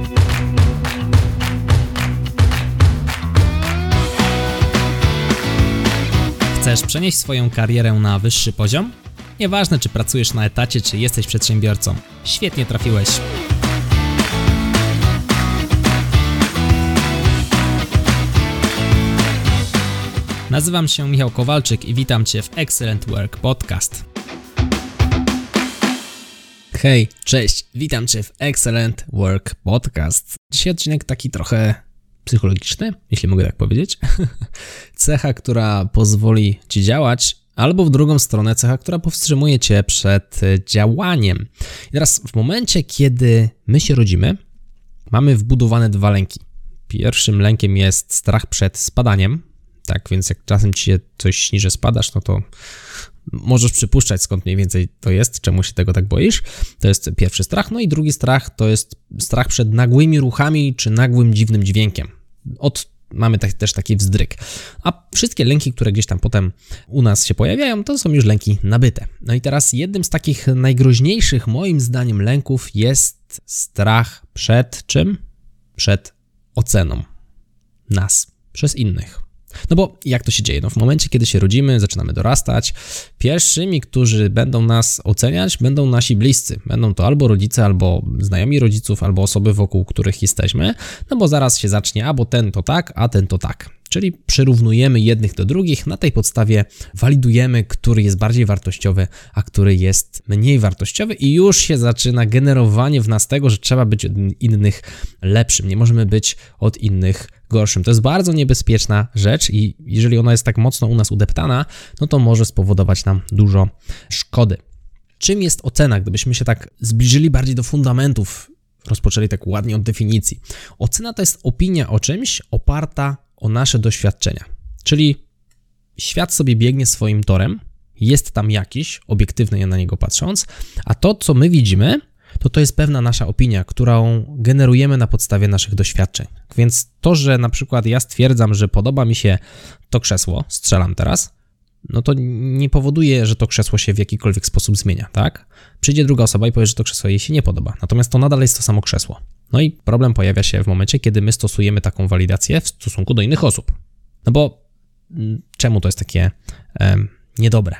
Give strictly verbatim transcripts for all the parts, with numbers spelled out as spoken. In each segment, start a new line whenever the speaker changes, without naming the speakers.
Chcesz przenieść swoją karierę na wyższy poziom? Nieważne, czy pracujesz na etacie, czy jesteś przedsiębiorcą. Świetnie trafiłeś. Nazywam się Michał Kowalczyk i witam Cię w Excellent Work Podcast. Hej, cześć, witam Cię w Excellent Work Podcast. Dzisiaj odcinek taki trochę psychologiczny, jeśli mogę tak powiedzieć. Cecha, która pozwoli Ci działać, albo w drugą stronę cecha, która powstrzymuje Cię przed działaniem. I teraz w momencie, kiedy my się rodzimy, mamy wbudowane dwa lęki. Pierwszym lękiem jest strach przed spadaniem. Tak, więc jak czasem Ci się coś śni, że spadasz, no to możesz przypuszczać, skąd mniej więcej to jest, czemu się tego tak boisz. To jest pierwszy strach. No i drugi strach to jest strach przed nagłymi ruchami czy nagłym, dziwnym dźwiękiem. Od mamy tak, też taki wzdryk. A wszystkie lęki, które gdzieś tam potem u nas się pojawiają, to są już lęki nabyte. No i teraz jednym z takich najgroźniejszych moim zdaniem lęków jest strach przed czym? Przed oceną nas przez innych. No bo jak to się dzieje? No w momencie, kiedy się rodzimy, zaczynamy dorastać, pierwszymi, którzy będą nas oceniać, będą nasi bliscy. Będą to albo rodzice, albo znajomi rodziców, albo osoby, wokół których jesteśmy, no bo zaraz się zacznie, albo ten to tak, a ten to tak. Czyli przyrównujemy jednych do drugich, na tej podstawie walidujemy, który jest bardziej wartościowy, a który jest mniej wartościowy i już się zaczyna generowanie w nas tego, że trzeba być od innych lepszym, nie możemy być od innych gorszym. To jest bardzo niebezpieczna rzecz i jeżeli ona jest tak mocno u nas udeptana, no to może spowodować nam dużo szkody. Czym jest ocena? Gdybyśmy się tak zbliżyli bardziej do fundamentów, rozpoczęli tak ładnie od definicji. Ocena to jest opinia o czymś oparta o nasze doświadczenia. Czyli świat sobie biegnie swoim torem, jest tam jakiś, obiektywny na niego patrząc, a to, co my widzimy, to to jest pewna nasza opinia, którą generujemy na podstawie naszych doświadczeń. Więc to, że na przykład ja stwierdzam, że podoba mi się to krzesło, strzelam teraz, no to nie powoduje, że to krzesło się w jakikolwiek sposób zmienia, tak? Przyjdzie druga osoba i powie, że to krzesło jej się nie podoba, natomiast to nadal jest to samo krzesło. No i problem pojawia się w momencie, kiedy my stosujemy taką walidację w stosunku do innych osób. No bo czemu to jest takie e, niedobre?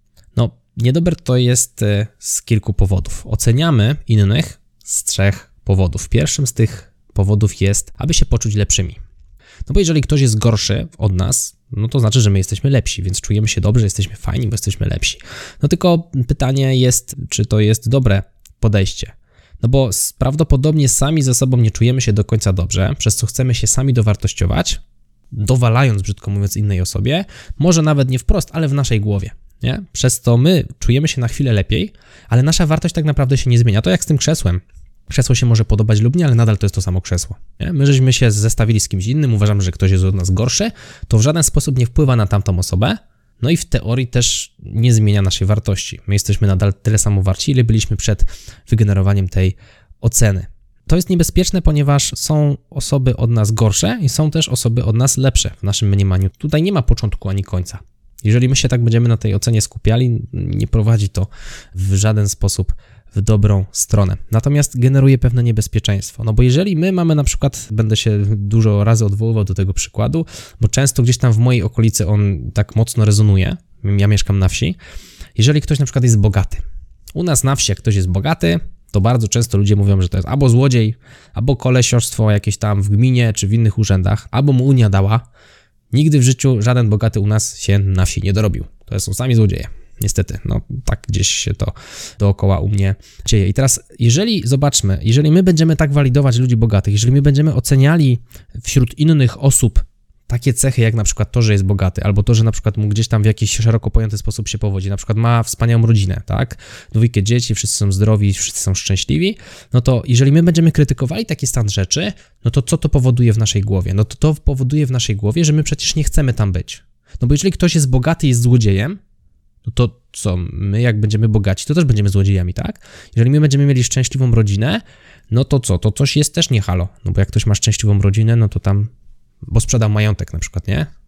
No niedobre to jest e, z kilku powodów. Oceniamy innych z trzech powodów. Pierwszym z tych powodów jest, aby się poczuć lepszymi. No bo jeżeli ktoś jest gorszy od nas, no to znaczy, że my jesteśmy lepsi, więc czujemy się dobrze, jesteśmy fajni, bo jesteśmy lepsi. No tylko pytanie jest, czy to jest dobre podejście. No bo prawdopodobnie sami ze sobą nie czujemy się do końca dobrze, przez co chcemy się sami dowartościować, dowalając, brzydko mówiąc, innej osobie, może nawet nie wprost, ale w naszej głowie, nie? Przez to my czujemy się na chwilę lepiej, ale nasza wartość tak naprawdę się nie zmienia. To jak z tym krzesłem. Krzesło się może podobać lub nie, ale nadal to jest to samo krzesło. Nie? My żeśmy się zestawili z kimś innym, uważamy, że ktoś jest od nas gorszy, to w żaden sposób nie wpływa na tamtą osobę, no i w teorii też nie zmienia naszej wartości. My jesteśmy nadal tyle samo warci, ile byliśmy przed wygenerowaniem tej oceny. To jest niebezpieczne, ponieważ są osoby od nas gorsze i są też osoby od nas lepsze w naszym mniemaniu. Tutaj nie ma początku ani końca. Jeżeli my się tak będziemy na tej ocenie skupiali, nie prowadzi to w żaden sposób w dobrą stronę. Natomiast generuje pewne niebezpieczeństwo. No bo jeżeli my mamy na przykład, będę się dużo razy odwoływał do tego przykładu, bo często gdzieś tam w mojej okolicy on tak mocno rezonuje, ja mieszkam na wsi, jeżeli ktoś na przykład jest bogaty. U nas na wsi, jak ktoś jest bogaty, to bardzo często ludzie mówią, że to jest albo złodziej, albo kolesiostwo jakieś tam w gminie czy w innych urzędach, albo mu Unia dała. Nigdy w życiu żaden bogaty u nas się na wsi nie dorobił. To są sami złodzieje. Niestety, no tak gdzieś się to dookoła u mnie dzieje. I teraz, jeżeli, zobaczmy, jeżeli my będziemy tak walidować ludzi bogatych, jeżeli my będziemy oceniali wśród innych osób takie cechy, jak na przykład to, że jest bogaty, albo to, że na przykład mu gdzieś tam w jakiś szeroko pojęty sposób się powodzi, na przykład ma wspaniałą rodzinę, tak, dwójkę dzieci, wszyscy są zdrowi, wszyscy są szczęśliwi, no to jeżeli my będziemy krytykowali taki stan rzeczy, no to co to powoduje w naszej głowie? No to to powoduje w naszej głowie, że my przecież nie chcemy tam być. No bo jeżeli ktoś jest bogaty i jest złodziejem, no to co, my jak będziemy bogaci, to też będziemy złodziejami, tak? Jeżeli my będziemy mieli szczęśliwą rodzinę, no to co, to coś jest też nie halo, no bo jak ktoś ma szczęśliwą rodzinę, no to tam, bo sprzedał majątek na przykład, nie?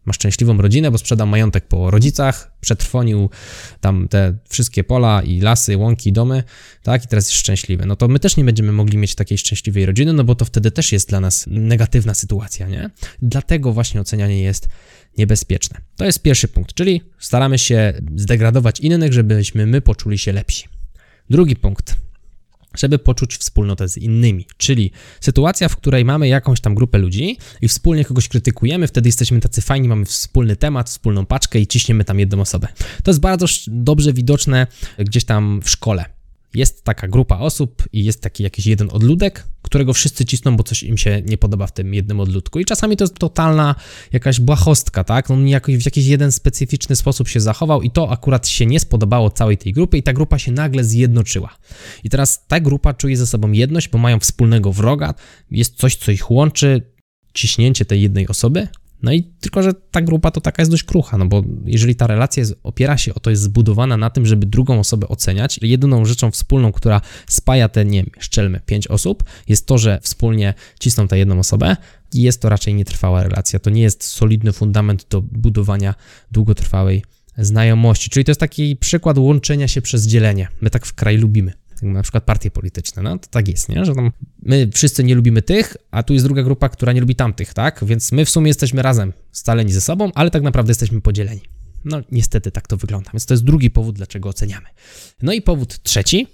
ma szczęśliwą rodzinę, bo sprzedał majątek po rodzicach, przetrwonił tam te wszystkie pola i lasy, łąki, domy, tak, i teraz jest szczęśliwy. No to my też nie będziemy mogli mieć takiej szczęśliwej rodziny, no bo to wtedy też jest dla nas negatywna sytuacja, nie? Dlatego właśnie ocenianie jest niebezpieczne. To jest pierwszy punkt, czyli staramy się zdegradować innych, żebyśmy my poczuli się lepsi. Drugi punkt, żeby poczuć wspólnotę z innymi, czyli sytuacja, w której mamy jakąś tam grupę ludzi i wspólnie kogoś krytykujemy, wtedy jesteśmy tacy fajni, mamy wspólny temat, wspólną paczkę i ciśniemy tam jedną osobę. To jest bardzo dobrze widoczne gdzieś tam w szkole. Jest taka grupa osób i jest taki jakiś jeden odludek, którego wszyscy cisną, bo coś im się nie podoba w tym jednym odludku. I czasami to jest totalna jakaś błahostka, tak? On jakoś, w jakiś jeden specyficzny sposób się zachował i to akurat się nie spodobało całej tej grupy i ta grupa się nagle zjednoczyła. I teraz ta grupa czuje ze sobą jedność, bo mają wspólnego wroga, jest coś, co ich łączy, ciśnięcie tej jednej osoby. No i tylko, że ta grupa to taka jest dość krucha, no bo jeżeli ta relacja jest, opiera się o to, jest zbudowana na tym, żeby drugą osobę oceniać, jedyną rzeczą wspólną, która spaja te, nie wiem, szczelmy pięć osób, jest to, że wspólnie cisną tę jedną osobę i jest to raczej nietrwała relacja. To nie jest solidny fundament do budowania długotrwałej znajomości. Czyli to jest taki przykład łączenia się przez dzielenie. My tak w kraju lubimy. Na przykład partie polityczne, no to tak jest, nie? Że tam my wszyscy nie lubimy tych, a tu jest druga grupa, która nie lubi tamtych, tak? Więc my w sumie jesteśmy razem scaleni ze sobą, ale tak naprawdę jesteśmy podzieleni. No niestety tak to wygląda, więc to jest drugi powód, dlaczego oceniamy. No i powód trzeci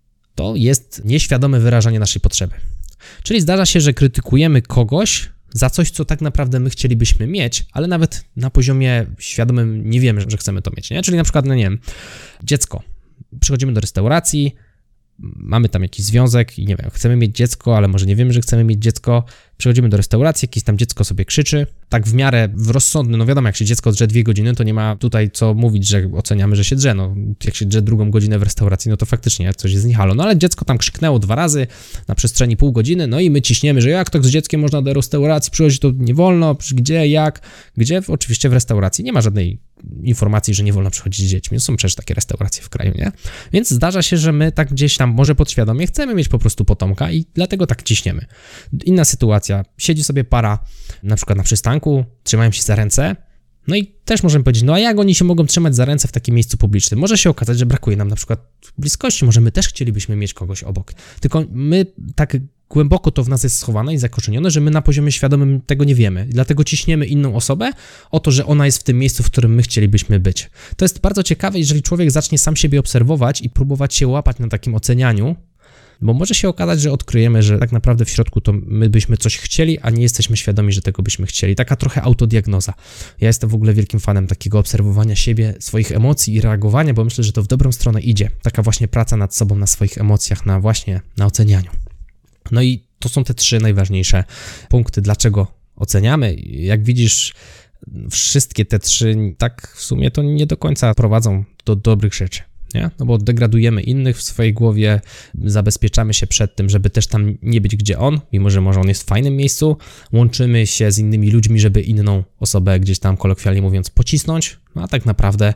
to jest nieświadome wyrażanie naszej potrzeby. Czyli zdarza się, że krytykujemy kogoś za coś, co tak naprawdę my chcielibyśmy mieć, ale nawet na poziomie świadomym nie wiemy, że chcemy to mieć, nie? Czyli na przykład, no nie wiem, dziecko. Przychodzimy do restauracji, mamy tam jakiś związek i nie wiem, chcemy mieć dziecko, ale może nie wiemy, że chcemy mieć dziecko. Przychodzimy do restauracji, jakieś tam dziecko sobie krzyczy, tak w miarę w rozsądny, no wiadomo, jak się dziecko drze dwie godziny, to nie ma tutaj co mówić, że oceniamy, że się drze, no jak się drze drugą godzinę w restauracji, no to faktycznie coś jest nie halo, no ale dziecko tam krzyknęło dwa razy na przestrzeni pół godziny, no i my ciśniemy, że jak tak z dzieckiem można do restauracji przychodzić, to nie wolno, gdzie, jak, gdzie? Oczywiście w restauracji nie ma żadnej informacji, że nie wolno przychodzić z dziećmi. Są przecież takie restauracje w kraju, nie? Więc zdarza się, że my tak gdzieś tam może podświadomie chcemy mieć po prostu potomka i dlatego tak ciśniemy. Inna sytuacja, siedzi sobie para na przykład na przystanku, trzymają się za ręce, no i też możemy powiedzieć, no a jak oni się mogą trzymać za ręce w takim miejscu publicznym? Może się okazać, że brakuje nam na przykład bliskości, może my też chcielibyśmy mieć kogoś obok, tylko my tak głęboko to w nas jest schowane i zakorzenione, że my na poziomie świadomym tego nie wiemy. I dlatego ciśniemy inną osobę o to, że ona jest w tym miejscu, w którym my chcielibyśmy być. To jest bardzo ciekawe, jeżeli człowiek zacznie sam siebie obserwować i próbować się łapać na takim ocenianiu, bo może się okazać, że odkryjemy, że tak naprawdę w środku to my byśmy coś chcieli, a nie jesteśmy świadomi, że tego byśmy chcieli. Taka trochę autodiagnoza. Ja jestem w ogóle wielkim fanem takiego obserwowania siebie, swoich emocji i reagowania, bo myślę, że to w dobrą stronę idzie. Taka właśnie praca nad sobą, na swoich emocjach, na właśnie na ocenianiu. No i to są te trzy najważniejsze punkty, dlaczego oceniamy. Jak widzisz, wszystkie te trzy tak w sumie to nie do końca prowadzą do dobrych rzeczy, nie? No bo degradujemy innych w swojej głowie, zabezpieczamy się przed tym, żeby też tam nie być gdzie on, mimo że może on jest w fajnym miejscu, łączymy się z innymi ludźmi, żeby inną osobę gdzieś tam kolokwialnie mówiąc pocisnąć, no a tak naprawdę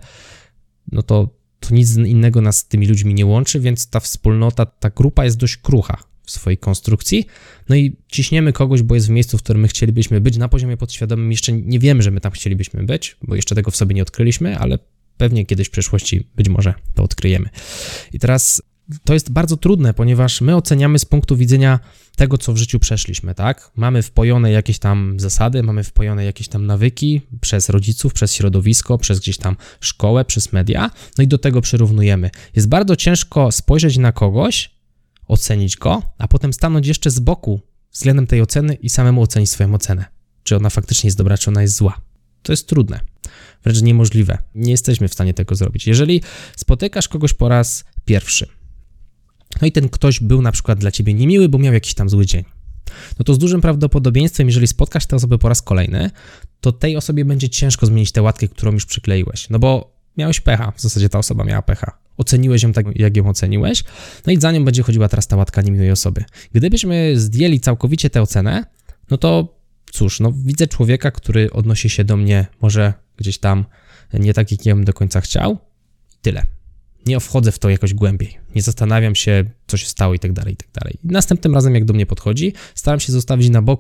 no to, to nic innego nas z tymi ludźmi nie łączy, więc ta wspólnota, ta grupa jest dość krucha w swojej konstrukcji, no i ciśniemy kogoś, bo jest w miejscu, w którym my chcielibyśmy być, na poziomie podświadomym jeszcze nie wiemy, że my tam chcielibyśmy być, bo jeszcze tego w sobie nie odkryliśmy, ale pewnie kiedyś w przyszłości być może to odkryjemy. I teraz to jest bardzo trudne, ponieważ my oceniamy z punktu widzenia tego, co w życiu przeszliśmy, tak? Mamy wpojone jakieś tam zasady, mamy wpojone jakieś tam nawyki przez rodziców, przez środowisko, przez gdzieś tam szkołę, przez media, no i do tego przyrównujemy. Jest bardzo ciężko spojrzeć na kogoś, ocenić go, a potem stanąć jeszcze z boku względem tej oceny i samemu ocenić swoją ocenę. Czy ona faktycznie jest dobra, czy ona jest zła. To jest trudne, wręcz niemożliwe. Nie jesteśmy w stanie tego zrobić. Jeżeli spotykasz kogoś po raz pierwszy, no i ten ktoś był na przykład dla ciebie niemiły, bo miał jakiś tam zły dzień, no to z dużym prawdopodobieństwem, jeżeli spotkasz tę osobę po raz kolejny, to tej osobie będzie ciężko zmienić tę łatkę, którą już przykleiłeś, no bo miałeś pecha, w zasadzie ta osoba miała pecha. Oceniłeś ją tak, jak ją oceniłeś, no i za nią będzie chodziła teraz ta łatka niemiłej osoby. Gdybyśmy zdjęli całkowicie tę ocenę, no to cóż, no widzę człowieka, który odnosi się do mnie może gdzieś tam nie tak, jak ja bym do końca chciał. Tyle. Nie wchodzę w to jakoś głębiej. Nie zastanawiam się, co się stało i tak dalej, i tak dalej. Następnym razem, jak do mnie podchodzi, staram się zostawić na boku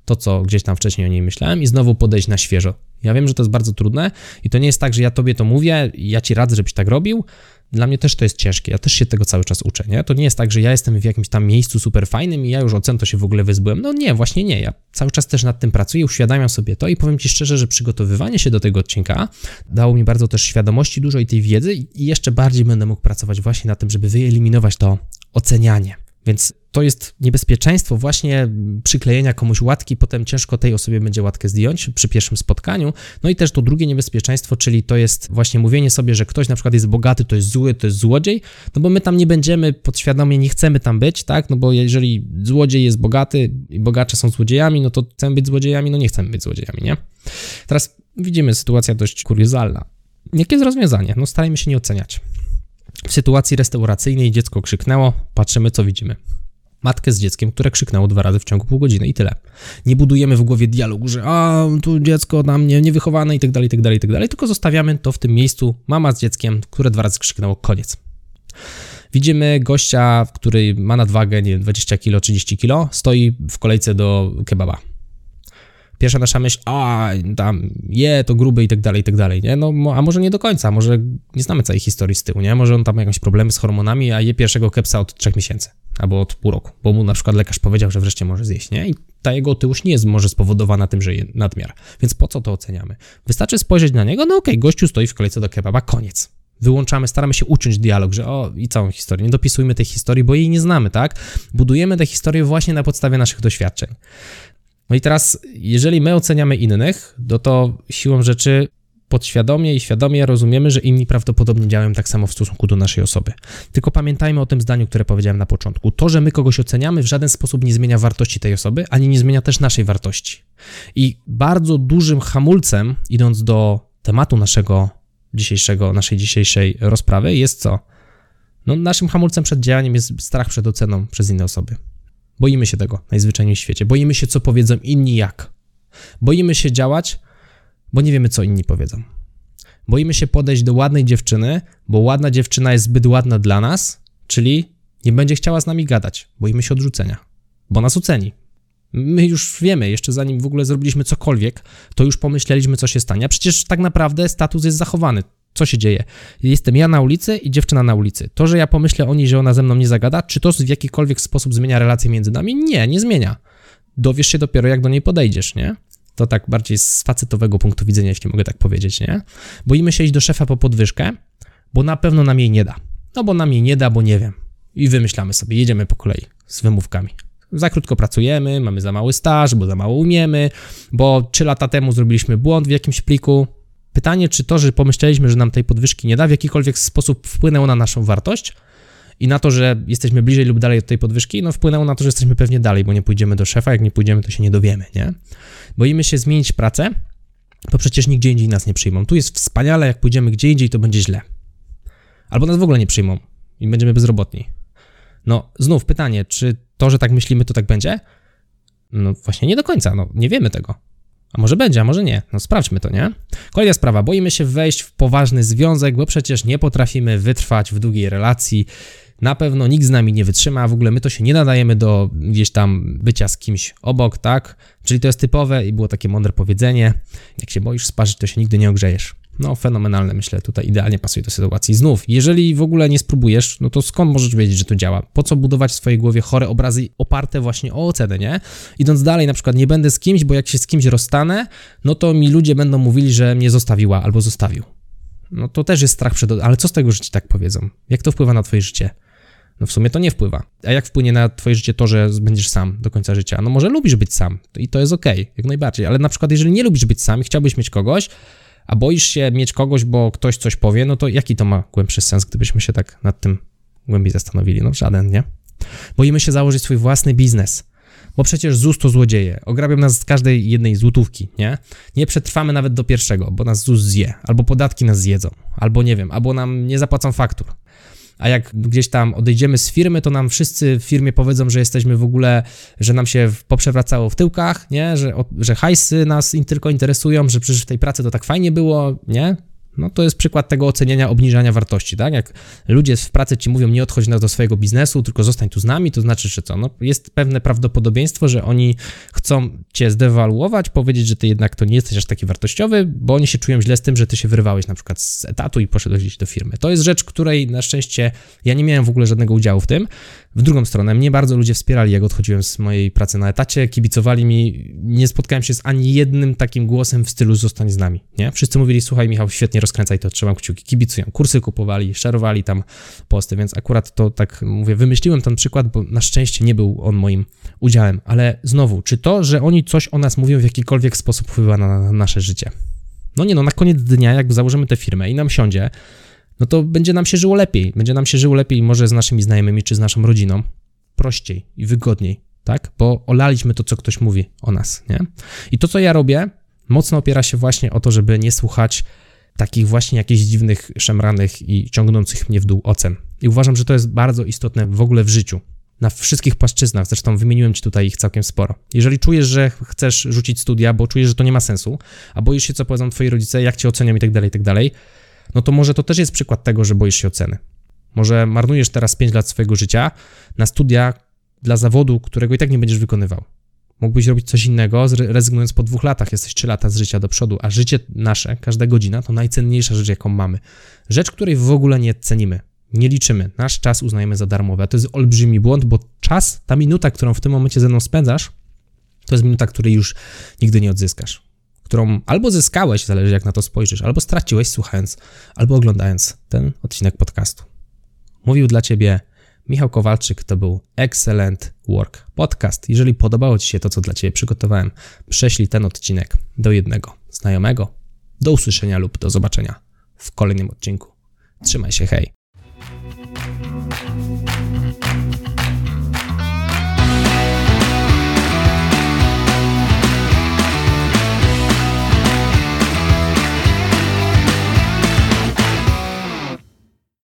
to, co gdzieś tam wcześniej o niej myślałem i znowu podejść na świeżo. Ja wiem, że to jest bardzo trudne i to nie jest tak, że ja tobie to mówię, ja ci radzę, żebyś tak robił. Dla mnie też to jest ciężkie, ja też się tego cały czas uczę, nie? To nie jest tak, że ja jestem w jakimś tam miejscu super fajnym i ja już ocen to się w ogóle wyzbyłem. No nie, właśnie nie, ja cały czas też nad tym pracuję, uświadamiam sobie to i powiem ci szczerze, że przygotowywanie się do tego odcinka dało mi bardzo też świadomości dużo i tej wiedzy i jeszcze bardziej będę mógł pracować właśnie nad tym, żeby wyeliminować to ocenianie. Więc to jest niebezpieczeństwo właśnie przyklejenia komuś łatki, potem ciężko tej osobie będzie łatkę zdjąć przy pierwszym spotkaniu. No i też to drugie niebezpieczeństwo, czyli to jest właśnie mówienie sobie, że ktoś na przykład jest bogaty, to jest zły, to jest złodziej, no bo my tam nie będziemy, podświadomie nie chcemy tam być, tak, no bo jeżeli złodziej jest bogaty i bogacze są złodziejami, no to chcemy być złodziejami, no nie chcemy być złodziejami, nie? Teraz widzimy sytuacja dość kuriozalna. Jakie jest rozwiązanie? No starajmy się nie oceniać. W sytuacji restauracyjnej dziecko krzyknęło, patrzymy, co widzimy. Matkę z dzieckiem, które krzyknęło dwa razy w ciągu pół godziny i tyle. Nie budujemy w głowie dialogu, że a, tu dziecko na mnie niewychowane i tak dalej, i tak dalej, i tak dalej, tylko zostawiamy to w tym miejscu, mama z dzieckiem, które dwa razy krzyknęło, koniec. Widzimy gościa, który ma nadwagę, nie wiem, dwadzieścia kilo, trzydzieści kilo, stoi w kolejce do kebaba. Pierwsza nasza myśl, a tam je, to gruby i tak dalej, i tak dalej, nie? No, a może nie do końca, może nie znamy całej historii z tyłu, nie? Może on tam ma jakieś problemy z hormonami, a je pierwszego kepsa od trzech miesięcy, albo od pół roku, bo mu na przykład lekarz powiedział, że wreszcie może zjeść, nie? I ta jego otyłość nie jest może spowodowana tym, że je nadmiar. Więc po co to oceniamy? Wystarczy spojrzeć na niego, no okej, okay, gościu stoi w kolejce do kebaba, koniec. Wyłączamy, staramy się uciąć dialog, że o, i całą historię, nie dopisujmy tej historii, bo jej nie znamy, tak? Budujemy tę historię właśnie na podstawie naszych doświadczeń. No i teraz, jeżeli my oceniamy innych, no to siłą rzeczy podświadomie i świadomie rozumiemy, że inni prawdopodobnie działają tak samo w stosunku do naszej osoby. Tylko pamiętajmy o tym zdaniu, które powiedziałem na początku. To, że my kogoś oceniamy, w żaden sposób nie zmienia wartości tej osoby, ani nie zmienia też naszej wartości. I bardzo dużym hamulcem, idąc do tematu naszego dzisiejszego, naszej dzisiejszej rozprawy, jest co? No, naszym hamulcem przed działaniem jest strach przed oceną przez inne osoby. Boimy się tego najzwyczajniej w świecie. Boimy się, co powiedzą inni jak. Boimy się działać, bo nie wiemy, co inni powiedzą. Boimy się podejść do ładnej dziewczyny, bo ładna dziewczyna jest zbyt ładna dla nas, czyli nie będzie chciała z nami gadać. Boimy się odrzucenia, bo nas oceni. My już wiemy, jeszcze zanim w ogóle zrobiliśmy cokolwiek, to już pomyśleliśmy, co się stanie. A przecież tak naprawdę status jest zachowany. Co się dzieje? Jestem ja na ulicy i dziewczyna na ulicy. To, że ja pomyślę o niej, że ona ze mną nie zagada, czy to w jakikolwiek sposób zmienia relacje między nami? Nie, nie zmienia. Dowiesz się dopiero, jak do niej podejdziesz, nie? To tak bardziej z facetowego punktu widzenia, jeśli mogę tak powiedzieć, nie? Boimy się iść do szefa po podwyżkę, bo na pewno nam jej nie da. No bo nam jej nie da, bo nie wiem. I wymyślamy sobie, jedziemy po kolei z wymówkami. Za krótko pracujemy, mamy za mały staż, bo za mało umiemy, bo trzy lata temu zrobiliśmy błąd w jakimś pliku. Pytanie, czy to, że pomyśleliśmy, że nam tej podwyżki nie da, w jakikolwiek sposób wpłynęło na naszą wartość i na to, że jesteśmy bliżej lub dalej od tej podwyżki, no wpłynęło na to, że jesteśmy pewnie dalej, bo nie pójdziemy do szefa, jak nie pójdziemy, to się nie dowiemy, nie? Boimy się zmienić pracę, bo przecież nigdzie indziej nas nie przyjmą. Tu jest wspaniale, jak pójdziemy gdzie indziej, to będzie źle. Albo nas w ogóle nie przyjmą i będziemy bezrobotni. No, znów pytanie, czy to, że tak myślimy, to tak będzie? No właśnie nie do końca, no nie wiemy tego. A może będzie, a może nie. No sprawdźmy to, nie? Kolejna sprawa. Boimy się wejść w poważny związek, bo przecież nie potrafimy wytrwać w długiej relacji. Na pewno nikt z nami nie wytrzyma, a w ogóle my to się nie nadajemy do gdzieś tam bycia z kimś obok, tak? Czyli to jest typowe i było takie mądre powiedzenie. Jak się boisz sparzyć, to się nigdy nie ogrzejesz. No fenomenalne, myślę, tutaj idealnie pasuje do sytuacji. Znów, jeżeli w ogóle nie spróbujesz, no to skąd możesz wiedzieć, że to działa? Po co budować w swojej głowie chore obrazy oparte właśnie o ocenę, nie? Idąc dalej, na przykład nie będę z kimś, bo jak się z kimś rozstanę, no to mi ludzie będą mówili, że mnie zostawiła albo zostawił. No to też jest strach przed... Ale co z tego, że ci tak powiedzą? Jak to wpływa na twoje życie? No w sumie to nie wpływa. A jak wpłynie na twoje życie to, że będziesz sam do końca życia? No może lubisz być sam i to jest okej, okay, jak najbardziej, ale na przykład jeżeli nie lubisz być sam i chciałbyś mieć kogoś, a boisz się mieć kogoś, bo ktoś coś powie, no to jaki to ma głębszy sens, gdybyśmy się tak nad tym głębiej zastanowili? No żaden, nie? Boimy się założyć swój własny biznes, bo przecież Z U S to złodzieje, ograbią nas z każdej jednej złotówki, nie? Nie przetrwamy nawet do pierwszego, bo nas Z U S zje, albo podatki nas zjedzą, albo nie wiem, albo nam nie zapłacą faktur. A jak gdzieś tam odejdziemy z firmy, to nam wszyscy w firmie powiedzą, że jesteśmy w ogóle, że nam się poprzewracało w tyłkach, nie? Że, że hajsy nas tylko interesują, że przecież w tej pracy to tak fajnie było, nie? No to jest przykład tego oceniania, obniżania wartości, tak? Jak ludzie w pracy ci mówią, nie odchodź do swojego biznesu, tylko zostań tu z nami, to znaczy, że co? No jest pewne prawdopodobieństwo, że oni chcą cię zdewaluować, powiedzieć, że ty jednak to nie jesteś aż taki wartościowy, bo oni się czują źle z tym, że ty się wyrywałeś na przykład z etatu i poszedłeś gdzieś do firmy. To jest rzecz, której na szczęście ja nie miałem w ogóle żadnego udziału w tym. W drugą stronę, mnie bardzo ludzie wspierali, jak odchodziłem z mojej pracy na etacie, kibicowali mi, nie spotkałem się z ani jednym takim głosem w stylu zostań z nami, nie? Wszyscy mówili, słuchaj Michał, świetnie, rozkręcaj to, trzymam kciuki, kibicują, kursy kupowali, szerowali tam posty, więc akurat to tak mówię, wymyśliłem ten przykład, bo na szczęście nie był on moim udziałem, ale znowu, czy to, że oni coś o nas mówią w jakikolwiek sposób wpływa na, na nasze życie? No nie no, na koniec dnia, jak założymy tę firmę i nam siądzie, no to będzie nam się żyło lepiej, będzie nam się żyło lepiej może z naszymi znajomymi czy z naszą rodziną, prościej i wygodniej, tak? Bo olaliśmy to, co ktoś mówi o nas, nie? I to, co ja robię, mocno opiera się właśnie o to, żeby nie słuchać takich właśnie jakichś dziwnych, szemranych i ciągnących mnie w dół ocen. I uważam, że to jest bardzo istotne w ogóle w życiu, na wszystkich płaszczyznach, zresztą wymieniłem ci tutaj ich całkiem sporo. Jeżeli czujesz, że chcesz rzucić studia, bo czujesz, że to nie ma sensu, a boisz się, co powiedzą twoi rodzice, jak cię ocenią i tak dalej, i tak dalej, no to może to też jest przykład tego, że boisz się oceny. Może marnujesz teraz pięć lat swojego życia na studia dla zawodu, którego i tak nie będziesz wykonywał. Mógłbyś robić coś innego, rezygnując po dwóch latach, jesteś trzy lata z życia do przodu, a życie nasze, każda godzina, to najcenniejsza rzecz, jaką mamy. Rzecz, której w ogóle nie cenimy, nie liczymy. Nasz czas uznajemy za darmowy, a to jest olbrzymi błąd, bo czas, ta minuta, którą w tym momencie ze mną spędzasz, to jest minuta, której już nigdy nie odzyskasz. Którą albo zyskałeś, zależy jak na to spojrzysz, albo straciłeś słuchając, albo oglądając ten odcinek podcastu. Mówił dla Ciebie Michał Kowalczyk, to był Excellent Work Podcast. Jeżeli podobało Ci się to, co dla Ciebie przygotowałem, prześlij ten odcinek do jednego znajomego. Do usłyszenia lub do zobaczenia w kolejnym odcinku. Trzymaj się, hej!